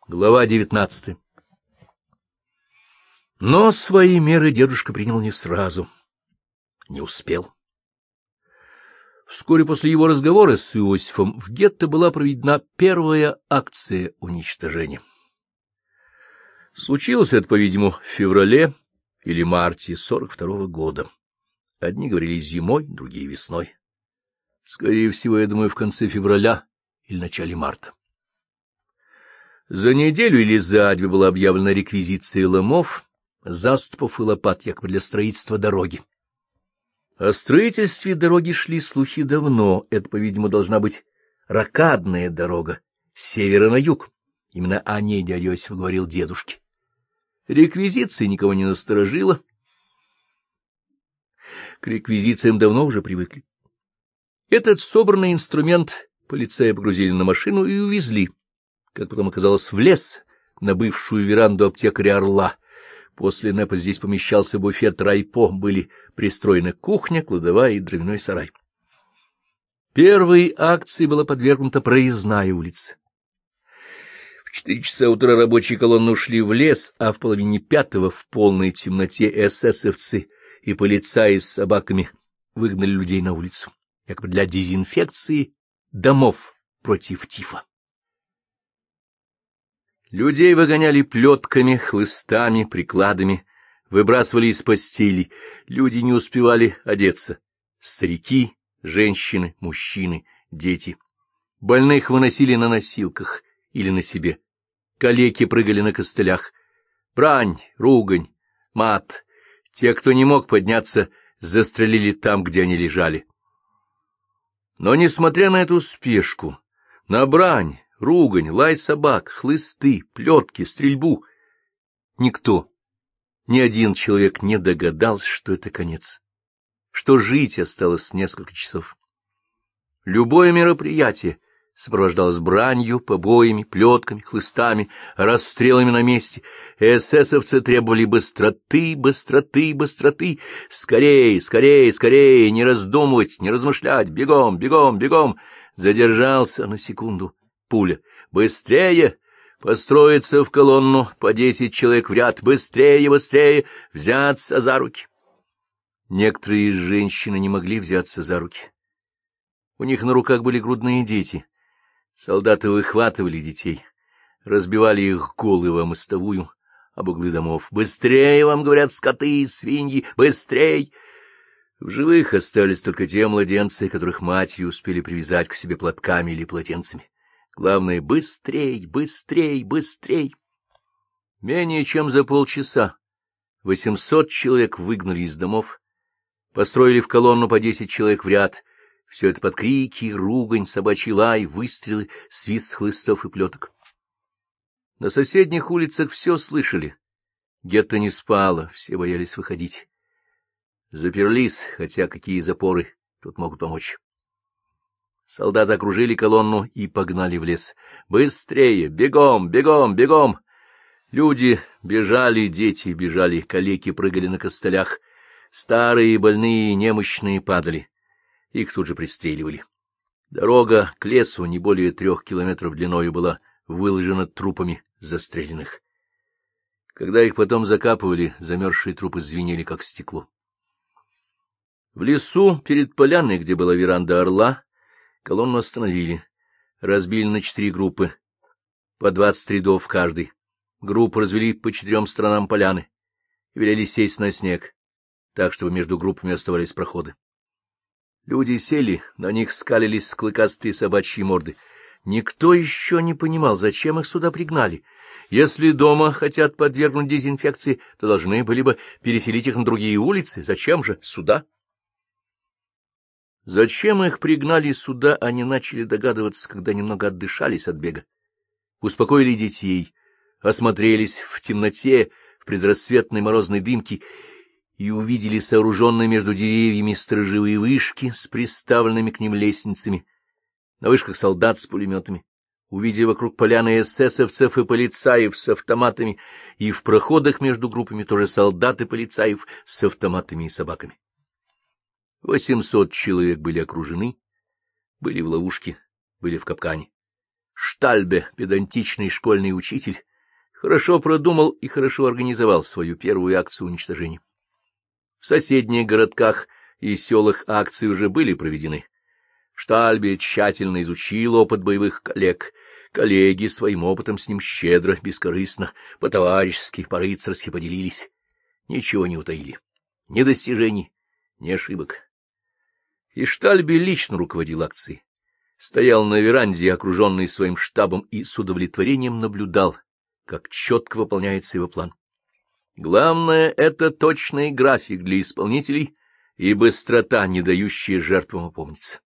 Глава 19. Но свои меры дедушка принял не сразу. Не успел. Вскоре после его разговора с Иосифом в гетто была проведена первая акция уничтожения. Случилось это, по-видимому, в феврале или марте 42-го года. Одни говорили зимой, другие весной. Скорее всего, я думаю, в конце февраля или начале марта. За неделю или за две была объявлена реквизиция ломов, заступов и лопат, якобы для строительства дороги. О строительстве дороги шли слухи давно. Это, по-видимому, должна быть рокадная дорога с севера на юг. Именно о ней дядя Иосиф говорил дедушке. Реквизиция никого не насторожила. К реквизициям давно уже привыкли. Этот собранный инструмент полицаи погрузили на машину и увезли, как потом оказалось, в лес, на бывшую веранду аптекаря Орла. После НЭПа здесь помещался буфет райпо, были пристроены кухня, кладовая и дровяной сарай. Первой акцией была подвергнута Проездная улица. В 4 часа утра рабочие колонны ушли в лес, а в половине пятого в полной темноте эсэсовцы и полицаи с собаками выгнали людей на улицу, якобы для дезинфекции домов против тифа. Людей выгоняли плетками, хлыстами, прикладами, выбрасывали из постелей. Люди не успевали одеться. Старики, женщины, мужчины, дети. Больных выносили на носилках или на себе. Калеки прыгали на костылях. Брань, ругань, мат. Те, кто не мог подняться, застрелили там, где они лежали. Но, несмотря на эту спешку, на брань, ругань, лай собак, хлысты, плетки, стрельбу, никто, ни один человек не догадался, что это конец, что жить осталось несколько часов. Любое мероприятие сопровождалось бранью, побоями, плетками, хлыстами, расстрелами на месте. Эсэсовцы требовали быстроты, быстроты, быстроты. Скорее, скорее, скорее, не раздумывать, не размышлять, бегом, бегом, бегом. Задержался на секунду. Пуля. Быстрее! Построиться в колонну, по 10 человек в ряд. Быстрее, быстрее! Взяться за руки. Некоторые женщины не могли взяться за руки. У них на руках были грудные дети. Солдаты выхватывали детей, разбивали их головы о мостовую, об углы домов. Быстрее, вам говорят, скоты и свиньи! Быстрей! В живых остались только те младенцы, которых матери успели привязать к себе платками или полотенцами. Главное — быстрей, быстрей, быстрей. Менее чем за полчаса 800 человек выгнали из домов, построили в колонну по 10 человек в ряд. Все это под крики, ругань, собачий лай, выстрелы, свист хлыстов и плеток. На соседних улицах все слышали. Гетто не спало, все боялись выходить. Заперлись, хотя какие запоры тут могут помочь. Солдаты окружили колонну и погнали в лес. Быстрее! Бегом! Бегом! Бегом! Люди бежали, дети бежали, калеки прыгали на костылях. Старые, больные, немощные падали. Их тут же пристреливали. Дорога к лесу не более 3 километров длиною была выложена трупами застреленных. Когда их потом закапывали, замерзшие трупы звенели, как стекло. В лесу, перед поляной, где была веранда Орла, колонну остановили, разбили на 4 группы, по 20 рядов в каждой. Группы развели по 4 сторонам поляны и велели сесть на снег, так, чтобы между группами оставались проходы. Люди сели, на них скалились клыкастые собачьи морды. Никто еще не понимал, зачем их сюда пригнали. Если дома хотят подвергнуть дезинфекции, то должны были бы переселить их на другие улицы. Зачем же сюда? Зачем их пригнали сюда, они начали догадываться, когда немного отдышались от бега. Успокоили детей, осмотрелись в темноте, в предрассветной морозной дымке, и увидели сооруженные между деревьями сторожевые вышки с приставленными к ним лестницами, на вышках солдат с пулеметами. Увидели вокруг поляны эсэсовцев и полицаев с автоматами, и в проходах между группами тоже солдат и полицаев с автоматами и собаками. 800 человек были окружены, были в ловушке, были в капкане. Штальбе, педантичный школьный учитель, хорошо продумал и хорошо организовал свою первую акцию уничтожения. В соседних городках и селах акции уже были проведены. Штальбе тщательно изучил опыт боевых коллег. Коллеги своим опытом с ним щедро, бескорыстно, по-товарищески, по-рыцарски поделились. Ничего не утаили. Ни достижений, ни ошибок. И Штальбе лично руководил акцией. Стоял на веранде, окруженный своим штабом, и с удовлетворением наблюдал, как четко выполняется его план. Главное — это точный график для исполнителей и быстрота, не дающая жертвам опомниться.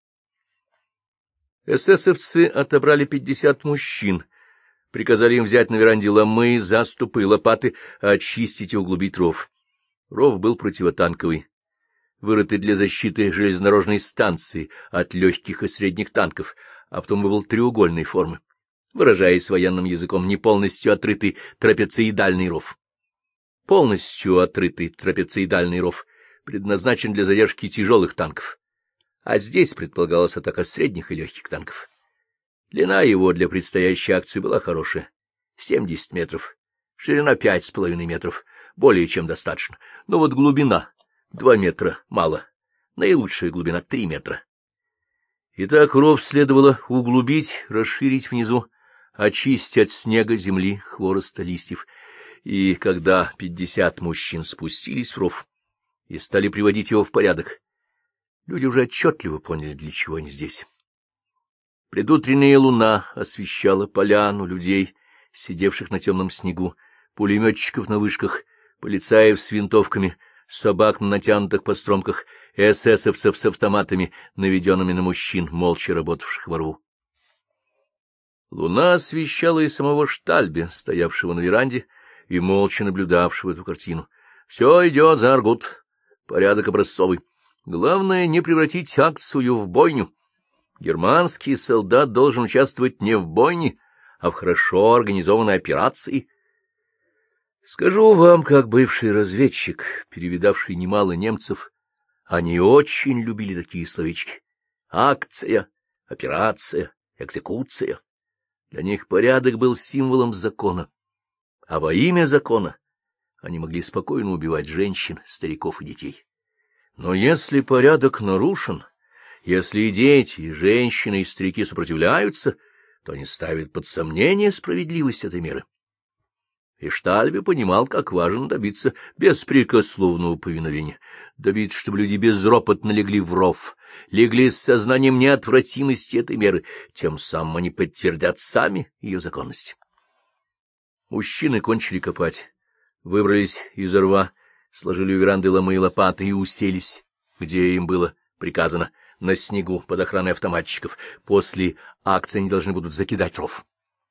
Эсэсовцы отобрали 50 мужчин, приказали им взять на веранде ломы, заступы и лопаты, очистить и углубить ров. Ров был противотанковый, вырытый для защиты железнодорожной станции от легких и средних танков, а потом был треугольной формы, выражаясь военным языком, не полностью отрытый трапециидальный ров. Полностью отрытый трапециидальный ров предназначен для задержки тяжелых танков, а здесь предполагалась атака средних и легких танков. Длина его для предстоящей акции была хорошая — 70 метров, ширина 5,5 метров, более чем достаточно, но вот глубина — 2 метра мало, наилучшая глубина — 3 метра. Итак, ров следовало углубить, расширить внизу, очистить от снега, земли, хвороста, листьев. И когда 50 мужчин спустились в ров и стали приводить его в порядок, люди уже отчетливо поняли, для чего они здесь. Предутренняя луна освещала поляну, людей, сидевших на темном снегу, пулеметчиков на вышках, полицаев с винтовками, собак на натянутых постромках, эсэсовцев с автоматами, наведенными на мужчин, молча работавших во рву. Луна освещала и самого Штальбе, стоявшего на веранде и молча наблюдавшего эту картину. Все идет за Аргут, порядок образцовый. Главное — не превратить акцию в бойню. Германский солдат должен участвовать не в бойне, а в хорошо организованной операции. Скажу вам, как бывший разведчик, перевидавший немало немцев, они очень любили такие словечки. Акция, операция, экзекуция. Для них порядок был символом закона. А во имя закона они могли спокойно убивать женщин, стариков и детей. Но если порядок нарушен, если и дети, и женщины, и старики сопротивляются, то они ставят под сомнение справедливость этой меры. И Штальбе понимал, как важно добиться беспрекословного повиновения, добиться, чтобы люди безропотно легли в ров, легли с сознанием неотвратимости этой меры, тем самым они подтвердят сами ее законность. Мужчины кончили копать, выбрались из рва, сложили у веранды ломы и лопаты и уселись, где им было приказано, на снегу под охраной автоматчиков. После акции они должны будут закидать ров.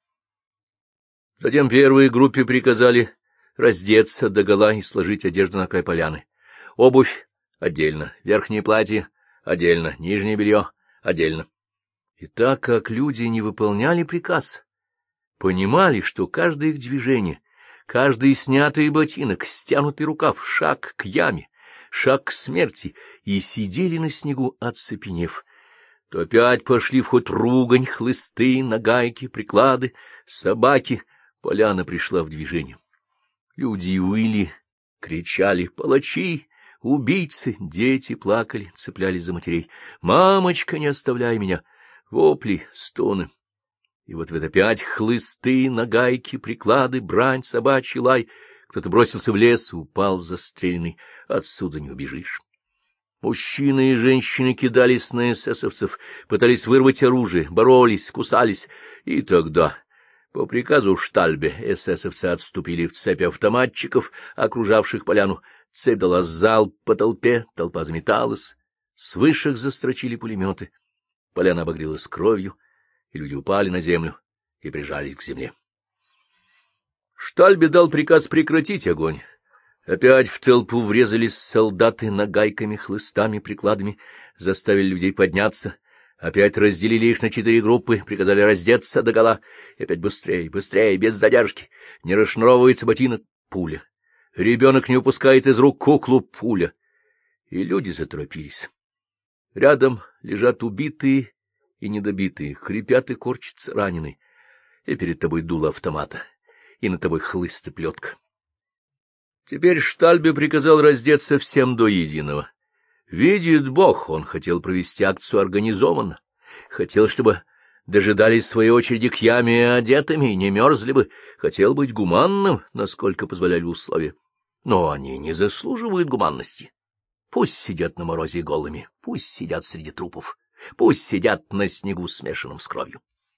Затем первой группе приказали раздеться догола и сложить одежду на край поляны. Обувь отдельно, верхнее платье отдельно, нижнее белье отдельно. И так как люди не выполняли приказ, понимали, что каждое их движение, каждый снятый ботинок, стянутый рукав, шаг к яме, шаг к смерти, и сидели на снегу, оцепенев, то опять пошли в ход ругань, хлысты, нагайки, приклады, собаки. Поляна пришла в движение. Люди выли, кричали: «Палачи! Убийцы!» Дети плакали, цеплялись за матерей. «Мамочка, не оставляй меня!» Вопли, стоны. И вот опять хлысты, нагайки, приклады, брань, собачий лай. Кто-то бросился в лес и упал застреленный. Отсюда не убежишь. Мужчины и женщины кидались на эсэсовцев, пытались вырвать оружие, боролись, кусались. И тогда, по приказу Штальбе, эсэсовцы отступили в цепь автоматчиков, окружавших поляну. Цепь дала залп по толпе, толпа заметалась, с вышек застрочили пулеметы. Поляна обогрелась кровью, и люди упали на землю и прижались к земле. Штальбе дал приказ прекратить огонь. Опять в толпу врезались солдаты нагайками, хлыстами, прикладами, заставили людей подняться. Опять разделили их на 4 группы, приказали раздеться догола. И опять быстрее, быстрее, без задержки. Не расшнуровывается ботинок — пуля. Ребенок не упускает из рук куклу — пуля. И люди заторопились. Рядом лежат убитые и недобитые, хрипят и корчатся раненые. и перед тобой дуло автомата, и над тобой хлыст и плетка. Теперь Штальбе приказал раздеться всем до единого. Видит Бог, он хотел провести акцию организованно, хотел, чтобы дожидались своей очереди к яме одетыми, не мерзли бы, хотел быть гуманным, насколько позволяли условия. Но они не заслуживают гуманности. Пусть сидят на морозе голыми, пусть сидят среди трупов, пусть сидят на снегу, смешанном с кровью.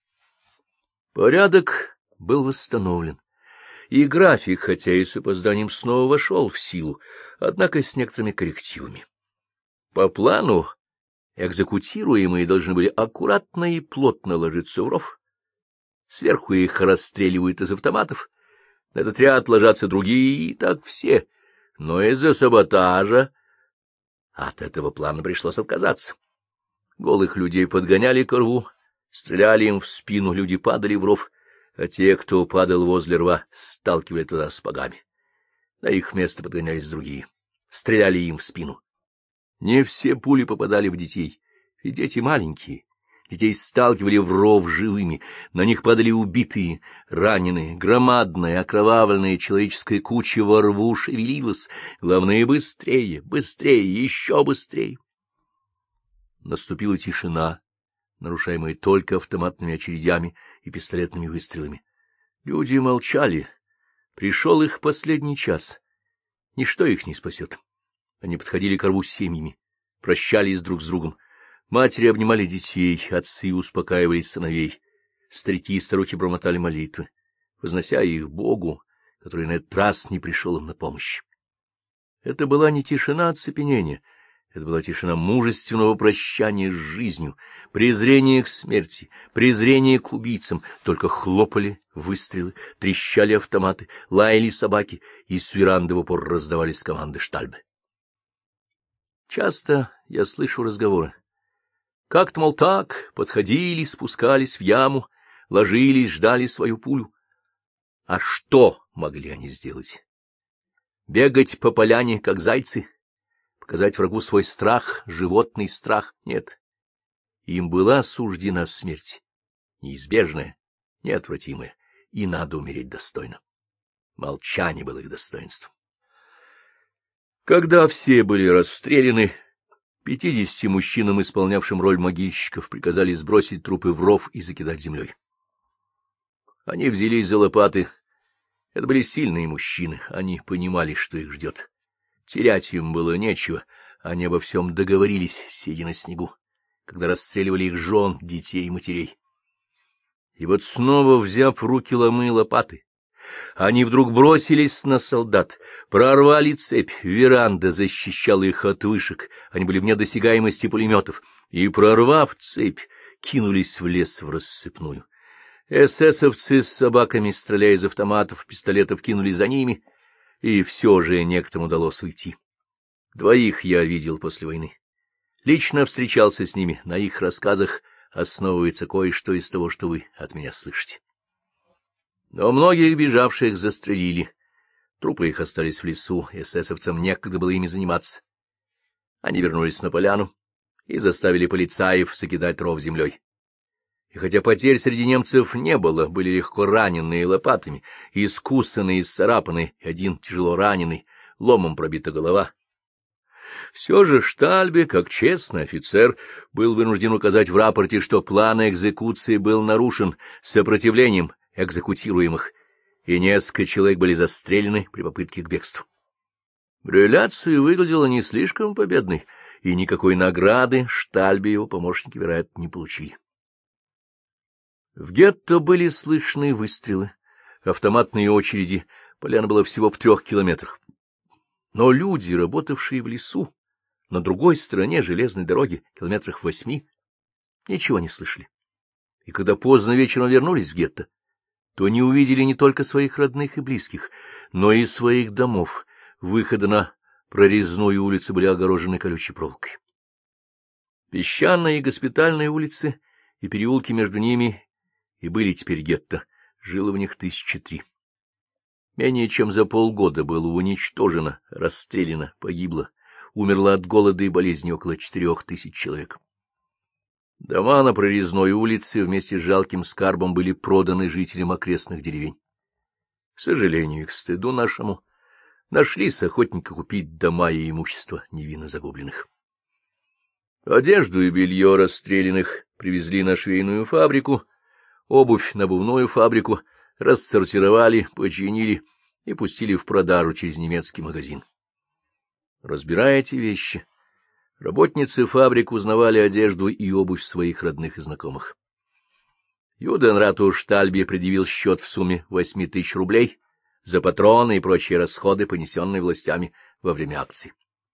Порядок был восстановлен, и график, хотя и с опозданием, снова вошел в силу, однако с некоторыми коррективами. По плану экзекутируемые должны были аккуратно и плотно ложиться в ров. Сверху их расстреливают из автоматов, на этот ряд ложатся другие, и так все. Но из-за саботажа от этого плана пришлось отказаться. Голых людей подгоняли к рву, стреляли им в спину, люди падали в ров, а те, кто падал возле рва, сталкивали туда сапогами. На их место подгонялись другие, стреляли им в спину. Не все пули попадали в детей, и дети маленькие. Детей сталкивали в ров живыми, на них падали убитые, раненые, громадная, окровавленная человеческая куча во рву шевелилась. Главное, быстрее, быстрее, еще быстрее. Наступила тишина, нарушаемая только автоматными очередями и пистолетными выстрелами. Люди молчали. Пришел их последний час. Ничто их не спасет. Они подходили к рву с семьями, прощались друг с другом. Матери обнимали детей, отцы успокаивали сыновей. Старики и старухи бормотали молитвы, вознося их Богу, который на этот раз не пришел им на помощь. Это была не тишина оцепенения, это была тишина мужественного прощания с жизнью, презрения к смерти, презрения к убийцам. Только хлопали выстрелы, трещали автоматы, лаяли собаки, и с веранды в упор раздавались команды Штальбе. Часто я слышу разговоры. Как-то, мол, так, подходили, спускались в яму, ложились, ждали свою пулю. А что могли они сделать? Бегать по поляне, как зайцы? Показать врагу свой страх, животный страх? Нет. Им была суждена смерть, неизбежная, неотвратимая, и надо умереть достойно. Молчание было их достоинством. Когда все были расстреляны, 50 мужчинам, исполнявшим роль могильщиков, приказали сбросить трупы в ров и закидать землей. Они взялись за лопаты. Это были сильные мужчины, они понимали, что их ждет. Терять им было нечего, они обо всем договорились, сидя на снегу, когда расстреливали их жен, детей и матерей. И вот снова, взяв в руки ломы и лопаты, они вдруг бросились на солдат, прорвали цепь, веранда защищала их от вышек, они были вне досягаемости пулеметов, и, прорвав цепь, кинулись в лес в рассыпную. Эсэсовцы с собаками, стреляя из автоматов, пистолетов, кинулись за ними, и все же некоторым удалось уйти. 2 я видел после войны. Лично встречался с ними, на их рассказах основывается кое-что из того, что вы от меня слышите. Но многих бежавших застрелили. Трупы их остались в лесу, эсэсовцам некогда было ими заниматься. Они вернулись на поляну и заставили полицаев закидать ров землей. И хотя потерь среди немцев не было, были легко раненые лопатами, искусанные, исцарапанные, и один тяжело раненый, ломом пробита голова. Все же Штальбе, как честный офицер, был вынужден указать в рапорте, что план экзекуции был нарушен сопротивлением экзекутируемых, и несколько человек были застрелены при попытке к бегству. Реляция выглядела не слишком победной, и никакой награды Штальбе и его помощники, вероятно, не получили. В гетто были слышны выстрелы, автоматные очереди, поляна была всего в 3 километрах. Но люди, работавшие в лесу, на другой стороне железной дороги, километрах в 8, ничего не слышали. И когда поздно вечером вернулись в гетто, то они увидели не только своих родных и близких, но и своих домов. Выходы на прорезную улицу были огорожены колючей проволокой. Песчаные и госпитальные улицы и переулки между ними и были теперь гетто, жило в них 1003. Менее чем за полгода было уничтожено, расстреляно, погибло, умерло от голода и болезни около 4000 человек. Дома на Прорезной улице вместе с жалким скарбом были проданы жителям окрестных деревень. К сожалению, и к стыду нашему, нашлись охотники купить дома и имущество невинно загубленных. Одежду и белье расстрелянных привезли на швейную фабрику, обувь на обувную фабрику, рассортировали, починили и пустили в продажу через немецкий магазин. Разбирая эти вещи, работницы фабрик узнавали одежду и обувь своих родных и знакомых. Юденрату Штальбе предъявил счет в сумме 8000 рублей за патроны и прочие расходы, понесенные властями во время акций.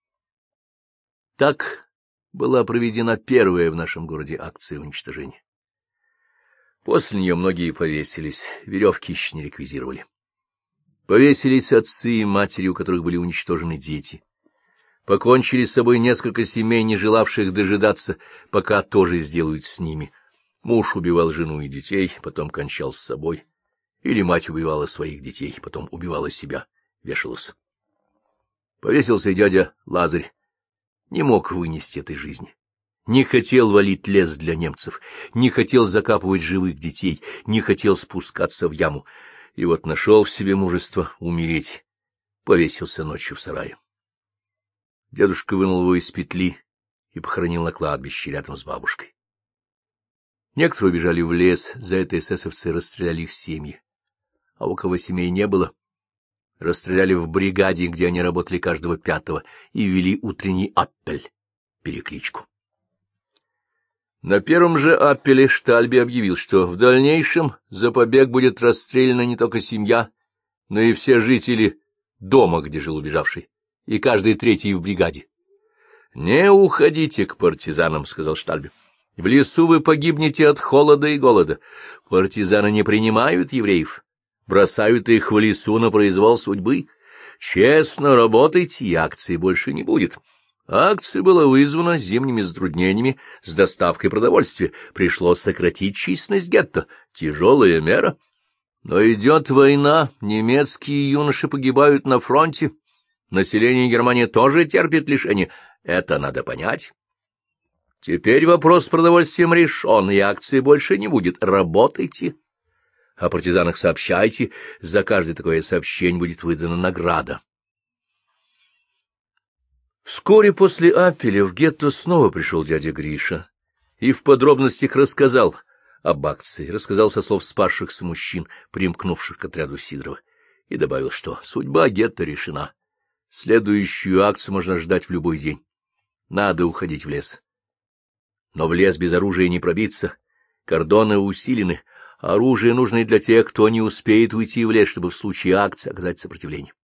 Так была проведена первая в нашем городе акция уничтожения. После нее многие повесились, веревки еще не реквизировали. Повесились отцы и матери, у которых были уничтожены дети. Покончили с собой несколько семей, не желавших дожидаться, пока тоже сделают с ними. Муж убивал жену и детей, потом кончал с собой. Или мать убивала своих детей, потом убивала себя, вешалась. Повесился и дядя Лазарь. Не мог вынести этой жизни. Не хотел валить лес для немцев, не хотел закапывать живых детей, не хотел спускаться в яму. И вот нашел в себе мужество умереть. Повесился ночью в сарае. Дедушка вынул его из петли и похоронил на кладбище рядом с бабушкой. Некоторые убежали в лес, за это эсэсовцы расстреляли их семьи. А у кого семей не было, расстреляли в бригаде, где они работали каждого 5-го, и ввели утренний аппель, перекличку. На первом же аппеле Штальбе объявил, что в дальнейшем за побег будет расстреляна не только семья, но и все жители дома, где жил убежавший, и каждый 3-й в бригаде. — Не уходите к партизанам, — сказал Штальбе. — В лесу вы погибнете от холода и голода. Партизаны не принимают евреев, бросают их в лесу на произвол судьбы. Честно работайте, и акции больше не будет. Акция была вызвана зимними затруднениями с доставкой продовольствия. Пришлось сократить численность гетто. Тяжелая мера. Но идет война, немецкие юноши погибают на фронте. Население Германии тоже терпит лишения. Это надо понять. Теперь вопрос с продовольствием решен, и акции больше не будет. Работайте. О партизанах сообщайте. За каждое такое сообщение будет выдана награда. Вскоре после аппеля в гетто снова пришел дядя Гриша и в подробностях рассказал об акции, рассказал со слов спасшихся мужчин, примкнувших к отряду Сидорова, и добавил, что судьба гетто решена. Следующую акцию можно ждать в любой день. Надо уходить в лес. Но в лес без оружия не пробиться. Кордоны усилены. Оружие нужно и для тех, кто не успеет уйти в лес, чтобы в случае акции оказать сопротивление.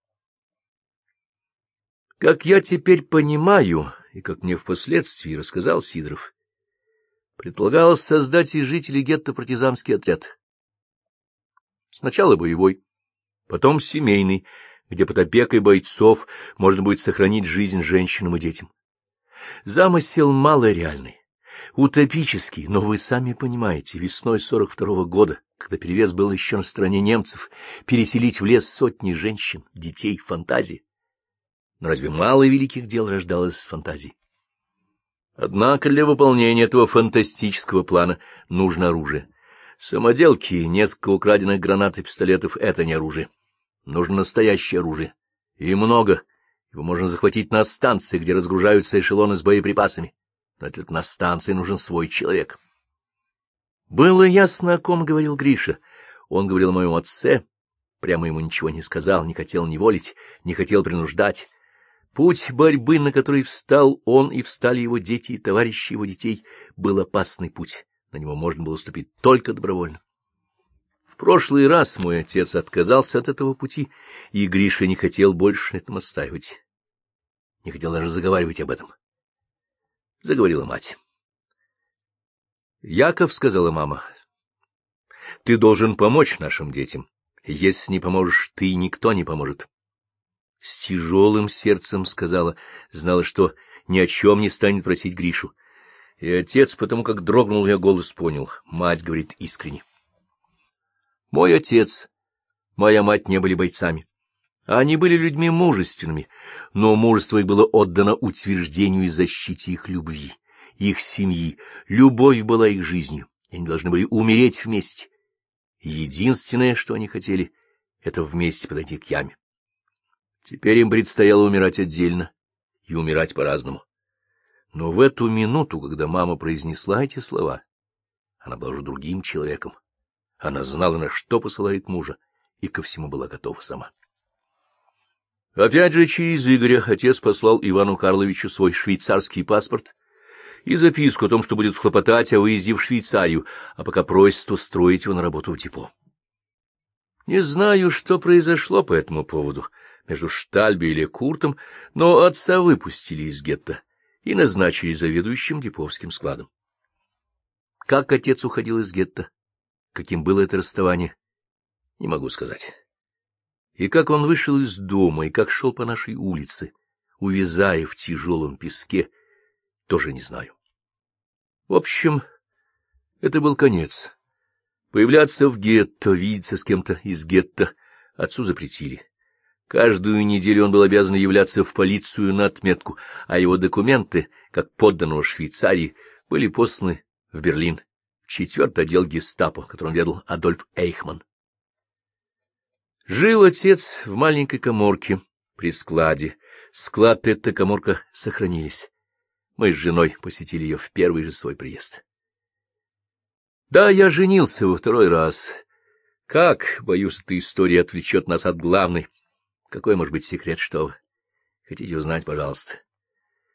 Как я теперь понимаю, и как мне впоследствии рассказал Сидоров, предполагалось создать из жителей гетто партизанский отряд. Сначала боевой, потом семейный, где под опекой бойцов можно будет сохранить жизнь женщинам и детям. Замысел малореальный, утопический, но вы сами понимаете, весной 42-го года, когда перевес был еще на стороне немцев, переселить в лес сотни женщин, детей, фантазии. Но разве мало великих дел рождалось из фантазий? Однако для выполнения этого фантастического плана нужно оружие. Самоделки, несколько украденных гранат и пистолетов — это не оружие. Нужно настоящее оружие. И много. Его можно захватить на станции, где разгружаются эшелоны с боеприпасами. Но для на станции нужен свой человек. Было ясно, о ком говорил Гриша. Он говорил о моем отце. Прямо ему ничего не сказал, не хотел неволить, не хотел принуждать. Путь борьбы, на который встал он и встали его дети и товарищи его детей, был опасный путь. На него можно было ступить только добровольно. В прошлый раз мой отец отказался от этого пути, и Гриша не хотел больше на этом настаивать. Не хотел даже заговаривать об этом. Заговорила мать. — Яков, — сказала мама, — ты должен помочь нашим детям. Если не поможешь ты, никто не поможет. С тяжелым сердцем сказала, знала, что ни о чем не станет просить Гришу. И отец, потому как дрогнул ее голос, понял. Мать говорит искренне. Мой отец, моя мать не были бойцами. Они были людьми мужественными, но мужество их было отдано утверждению и защите их любви, их семьи, любовь была их жизнью, и они должны были умереть вместе. Единственное, что они хотели, — это вместе подойти к яме. Теперь им предстояло умирать отдельно и умирать по-разному. Но в эту минуту, когда мама произнесла эти слова, она была уже другим человеком. Она знала, на что посылает мужа, и ко всему была готова сама. Опять же через Игоря отец послал Ивану Карловичу свой швейцарский паспорт и записку о том, что будет хлопотать о выезде в Швейцарию, а пока просит устроить его на работу в депо. Не знаю, что произошло по этому поводу между Штальбе или Куртом, но отца выпустили из гетто и назначили заведующим деповским складом. Как отец уходил из гетто, каким было это расставание, не могу сказать. И как он вышел из дома, и как шел по нашей улице, увязая в тяжелом песке, тоже не знаю. В общем, это был конец. Появляться в гетто, видеться с кем-то из гетто отцу запретили. Каждую неделю он был обязан являться в полицию на отметку, а его документы, как подданного Швейцарии, были посланы в Берлин, в 4-й отдел гестапо, которым ведал Адольф Эйхман. Жил отец в маленькой каморке при складе. Склад и эта каморка сохранились. Мы с женой посетили ее в первый же свой приезд. Да, я женился во второй раз. Как, боюсь, эта история отвлечет нас от главной. Какой может быть секрет, что вы? Хотите узнать, пожалуйста.